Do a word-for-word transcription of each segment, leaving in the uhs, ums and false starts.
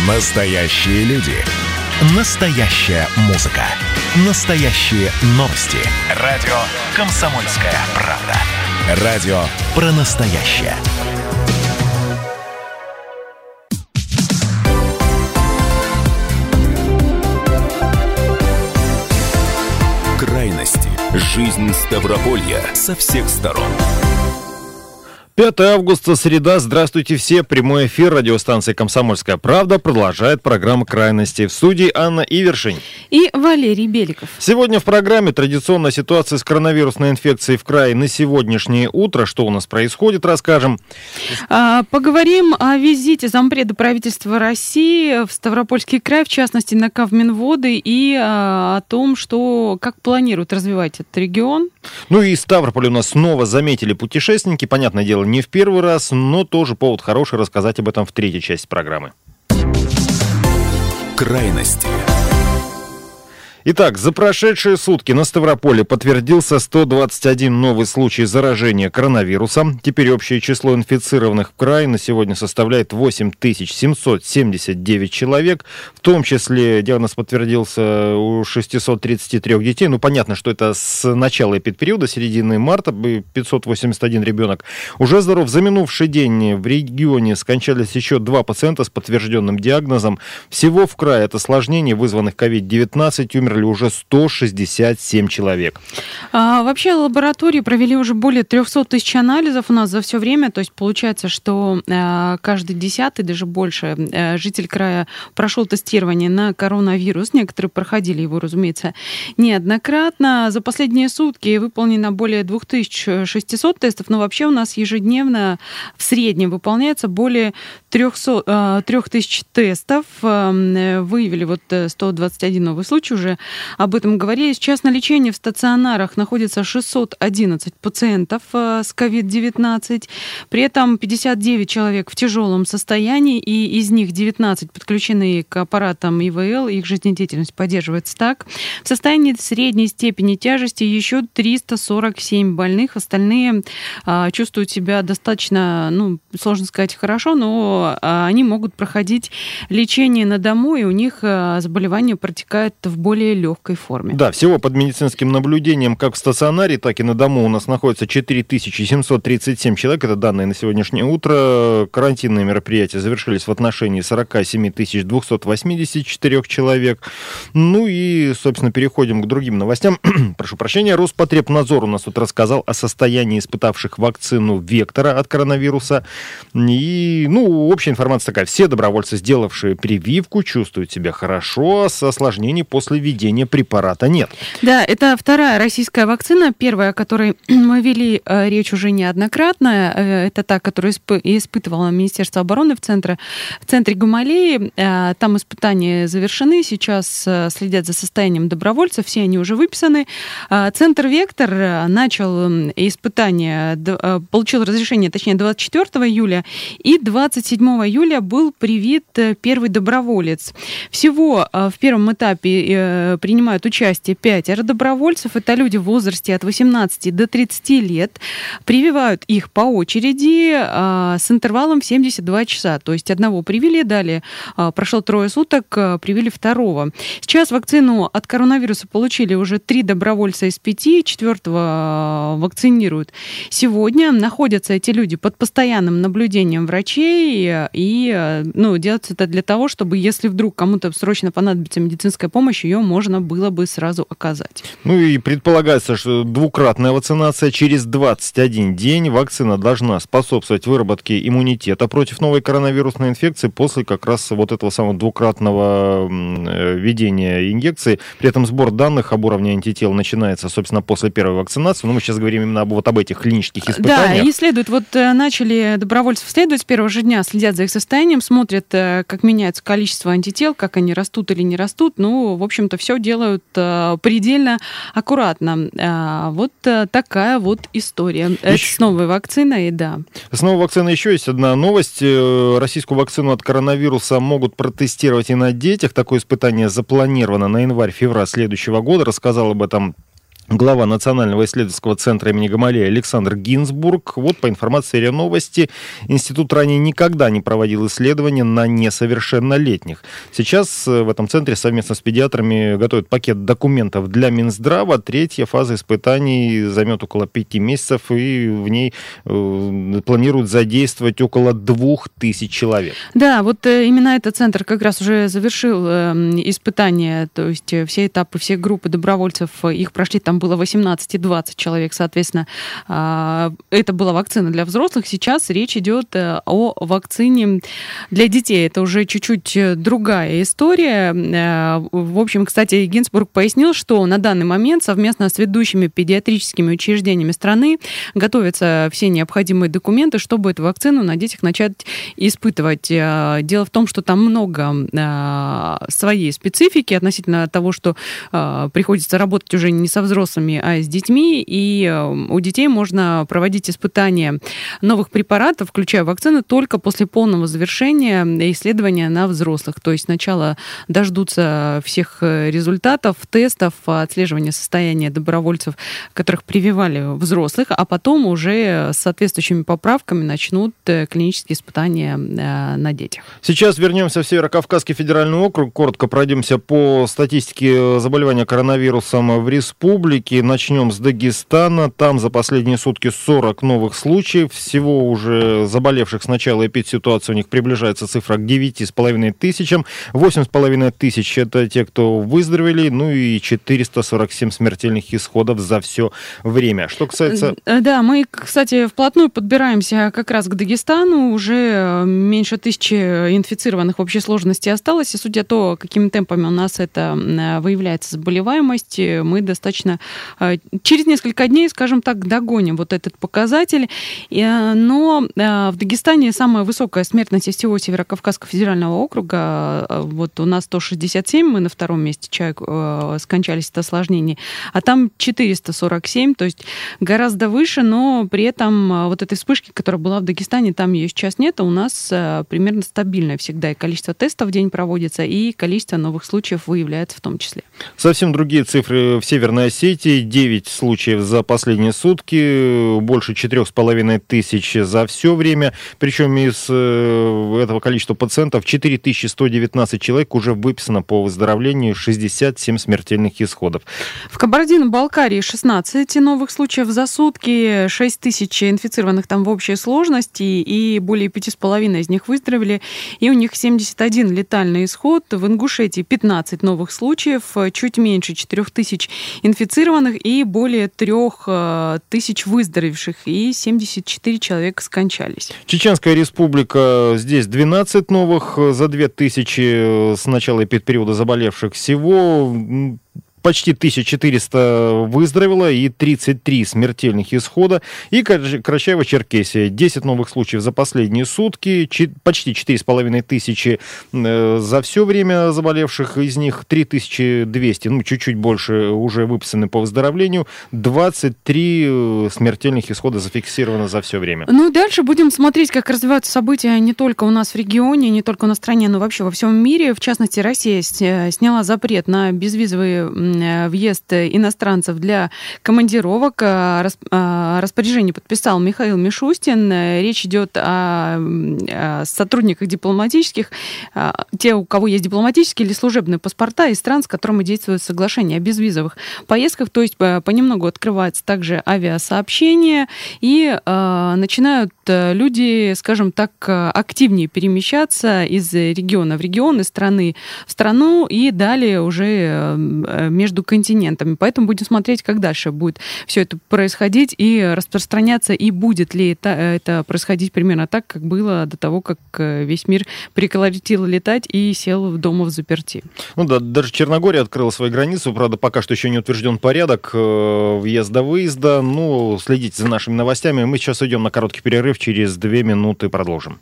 Настоящие люди. Настоящая музыка. Настоящие новости. Радио «Комсомольская правда». Радио про настоящее. Крайности. Жизнь Ставрополья со всех сторон. пятое августа, среда. Здравствуйте все. Прямой эфир радиостанции «Комсомольская правда» продолжает программа «Крайности». В студии Анна Ивершин и Валерий Беликов. Сегодня в программе традиционная ситуация с коронавирусной инфекцией в крае на сегодняшнее утро. Что у нас происходит, расскажем. А, поговорим о визите зампреда правительства России в Ставропольский край, в частности на Кавминводы, и а, о том, что как планируют развивать этот регион. Ну и Ставрополь у нас снова заметили путешественники. Понятное дело, не в первый раз, но тоже повод хороший рассказать об этом в третьей части программы. Крайности. Итак, за прошедшие сутки на Ставрополе подтвердился сто двадцать один новый случай заражения коронавирусом. Теперь общее число инфицированных в крае на сегодня составляет восемь тысяч семьсот семьдесят девять человек. В том числе диагноз подтвердился у шестьсот тридцать три детей. Ну, понятно, что это с начала эпидпериода, середины марта, пятьсот восемьдесят один ребенок. Уже здоров. За минувший день в регионе скончались еще два пациента с подтвержденным диагнозом. Всего в крае от осложнений, вызванных ковид девятнадцать, умерли уже сто шестьдесят семь человек. А, вообще лаборатории провели уже более триста тысяч анализов у нас за все время. То есть получается, что а, каждый десятый, даже больше, а, житель края прошел тестирование на коронавирус. Некоторые проходили его, разумеется, неоднократно. За последние сутки выполнено более две тысячи шестьсот тестов. Но вообще у нас ежедневно в среднем выполняется более три тысячи тестов. Выявили вот сто двадцать один новый случай уже. Об этом говорили. Сейчас на лечении в стационарах находится шестьсот одиннадцать пациентов с ковид девятнадцать. При этом пятьдесят девять человек в тяжелом состоянии, и из них девятнадцать подключены к аппаратам И В Л. Их жизнедеятельность поддерживается так. В состоянии средней степени тяжести еще триста сорок семь больных. Остальные а, чувствуют себя достаточно, ну, сложно сказать, хорошо, но а, они могут проходить лечение на дому, и у них а, заболевание протекает в более легкой форме. Да, всего под медицинским наблюдением как в стационаре, так и на дому у нас находится четыре тысячи семьсот тридцать семь человек. Это данные на сегодняшнее утро. Карантинные мероприятия завершились в отношении сорок семь тысяч двести восемьдесят четыре человек. Ну и, собственно, переходим к другим новостям. Прошу прощения, Роспотребнадзор у нас тут рассказал о состоянии испытавших вакцину «Вектора» от коронавируса. И, ну, общая информация такая. Все добровольцы, сделавшие прививку, чувствуют себя хорошо, а с осложнений после введения препарата нет. Да, это вторая российская вакцина. Первая, о которой мы вели речь уже неоднократно. Это та, которую исп- испытывало Министерство обороны в центре, в центре Гамалеи. Там испытания завершены. Сейчас следят за состоянием добровольцев. Все они уже выписаны. Центр «Вектор» начал испытания, получил разрешение, точнее, двадцать четвёртого июля. И двадцать седьмого июля был привит первый доброволец. Всего в первом этапе принимают участие пятеро добровольцев. Это люди в возрасте от восемнадцати до тридцати лет. Прививают их по очереди а, с интервалом в семьдесят два часа. То есть одного привили, далее а, прошло трое суток, а, привили второго. Сейчас вакцину от коронавируса получили уже три добровольца из пяти, четвертого а, вакцинируют сегодня. Находятся эти люди под постоянным наблюдением врачей. И ну, делается это для того, чтобы, если вдруг кому-то срочно понадобится медицинская помощь, ее можно было бы сразу оказать. Ну и предполагается, что двукратная вакцинация через двадцать один день. Вакцина должна способствовать выработке иммунитета против новой коронавирусной инфекции после как раз вот этого самого двукратного введения инъекции. При этом сбор данных об уровне антител начинается, собственно, после первой вакцинации. Но мы сейчас говорим именно об, вот об этих клинических испытаниях. Да, исследуют. Вот начали добровольцев исследовать с первого же дня, следят за их состоянием, смотрят, как меняется количество антител, как они растут или не растут. Ну, в общем-то, все делают предельно аккуратно. Вот такая вот история. Еще... Это с новой вакциной, да. С новой вакциной еще есть одна новость. Российскую вакцину от коронавируса могут протестировать и на детях. Такое испытание запланировано на январь-февраль следующего года. Рассказал об этом глава Национального исследовательского центра имени Гамалея Александр Гинзбург. Вот по информации РИА Новости, институт ранее никогда не проводил исследования на несовершеннолетних. Сейчас в этом центре совместно с педиатрами готовят пакет документов для Минздрава. Третья фаза испытаний займет около пяти месяцев, и в ней э, планируют задействовать около двух тысяч человек. Да, вот э, именно этот центр как раз уже завершил э, испытания, то есть э, все этапы, все группы добровольцев, э, их прошли там было восемнадцать и двадцать человек, соответственно, это была вакцина для взрослых. Сейчас речь идет о вакцине для детей. Это уже чуть-чуть другая история. В общем, кстати, Гинзбург пояснил, что на данный момент совместно с ведущими педиатрическими учреждениями страны готовятся все необходимые документы, чтобы эту вакцину на детях начать испытывать. Дело в том, что там много своей специфики относительно того, что приходится работать уже не со взрослыми, а с детьми, и у детей можно проводить испытания новых препаратов, включая вакцины, только после полного завершения исследования на взрослых. То есть сначала дождутся всех результатов, тестов, отслеживания состояния добровольцев, которых прививали взрослых, а потом уже с соответствующими поправками начнут клинические испытания на детях. Сейчас вернемся в Северо-Кавказский федеральный округ. Коротко пройдемся по статистике заболевания коронавирусом в республике. Начнем с Дагестана. Там за последние сутки сорок новых случаев. Всего уже заболевших с начала эпидситуации у них приближается цифра к девяти с половиной тысячам. восемь с половиной тысяч — это те, кто выздоровели. Ну и четыреста сорок семь смертельных исходов за все время. Что касается... Да, мы, кстати, вплотную подбираемся как раз к Дагестану. Уже меньше тысячи инфицированных в общей сложности осталось. И судя по тому, какими темпами у нас это выявляется заболеваемость, мы достаточно через несколько дней, скажем так, догоним вот этот показатель. Но в Дагестане самая высокая смертность из всего Северо-Кавказского федерального округа. Вот у нас сто шестьдесят семь, мы на втором месте человек скончались от осложнений, а там четыреста сорок семь, то есть гораздо выше, но при этом вот этой вспышки, которая была в Дагестане, там ее сейчас нет, а у нас примерно стабильное всегда и количество тестов в день проводится, и количество новых случаев выявляется в том числе. Совсем другие цифры в Северной Осетии. девять случаев за последние сутки, больше четырех с половиной тысяч за все время. Причем из этого количества пациентов четыре тысячи сто девятнадцать человек уже выписано по выздоровлению, шестьдесят семь смертельных исходов. В Кабардино-Балкарии шестнадцать новых случаев за сутки, шесть тысяч инфицированных там в общей сложности, и более пяти с половиной из них выздоровели, и у них семьдесят один летальный исход. В Ингушетии пятнадцать новых случаев, чуть меньше четырех тысяч инфицированных, и более трех тысяч выздоровевших, и семьдесят четыре человека скончались. Чеченская республика, здесь двенадцать новых за две тысячи с начала эпидпериода заболевших всего. Почти тысяча четыреста выздоровело и тридцать три смертельных исхода. И Карачаево-Черкесия. десять новых случаев за последние сутки. Почти четыре с половиной тысячи за все время заболевших. Из них три тысячи двести, ну, чуть-чуть больше уже выписаны по выздоровлению. двадцать три смертельных исхода зафиксировано за все время. Ну, дальше будем смотреть, как развиваются события не только у нас в регионе, не только у нас в стране, но вообще во всем мире. В частности, Россия сняла запрет на безвизовые въезд иностранцев для командировок. Распоряжение подписал Михаил Мишустин. Речь идет о сотрудниках дипломатических, те, у кого есть дипломатические или служебные паспорта из стран, с которыми действует соглашение о безвизовых поездках. То есть понемногу открывается также авиасообщение, и начинают люди, скажем так, активнее перемещаться из региона в регион, из страны в страну, и далее уже между континентами. Поэтому будем смотреть, как дальше будет все это происходить и распространяться, и будет ли это, это происходить примерно так, как было до того, как весь мир прекратил летать и сел дома в заперти. Ну да, даже Черногория открыла свои границы, правда, пока что еще не утвержден порядок въезда-выезда. Ну, следите за нашими новостями. Мы сейчас уйдем на короткий перерыв, через две минуты продолжим.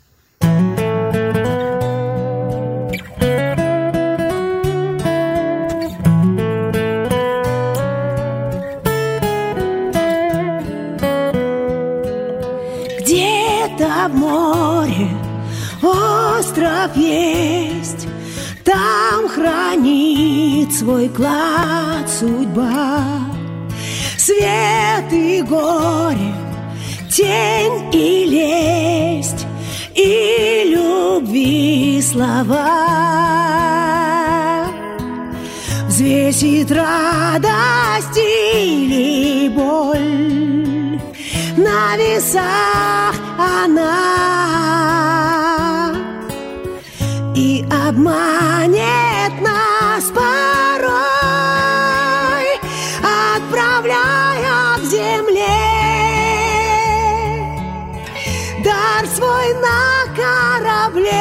Где-то в море остров есть, там хранит свой клад судьба. свет и горе, тень и лесть, и любви слова. Взвесит радость или боль, на весах она и обманет нас порой, отправляя к земле дар свой на корабле.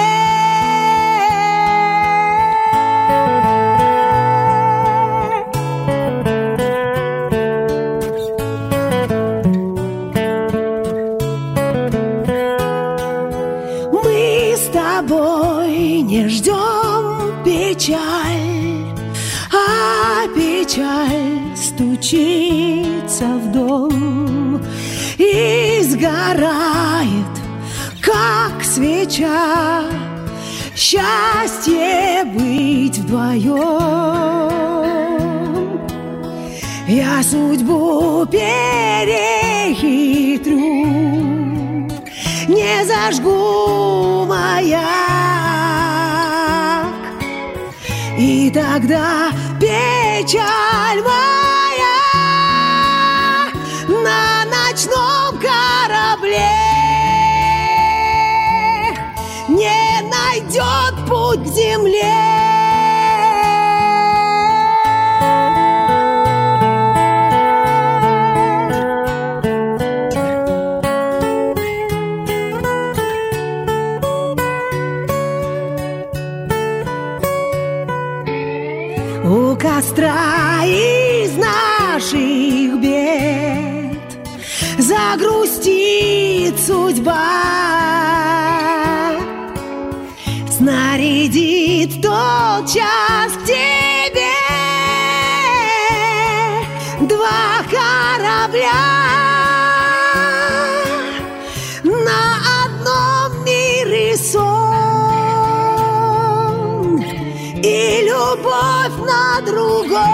Не ждем печаль, а печаль стучится в дом и сгорает, как свеча. Счастье быть вдвоем. Я судьбу перехитрю, не зажгу маяк, и тогда печаль моя на ночном корабле не найдет путь к земле. У костра из наших бед загрустит судьба, снарядит тот час к тебе два корабля. На одном мир и сон, и любовь на другом.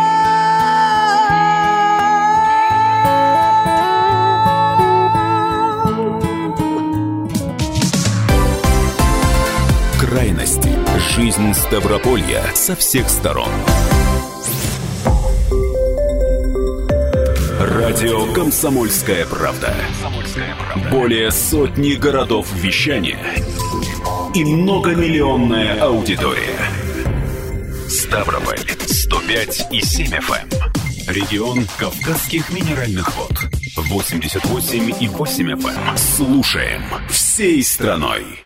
Крайности. Жизнь Ставрополья со всех сторон. Радио «Комсомольская правда». Более сотни городов вещания и многомиллионная аудитория. Ставрополь сто пять и семь эф эм. Регион Кавказских минеральных вод восемьдесят восемь и восемь эф эм. Слушаем всей страной.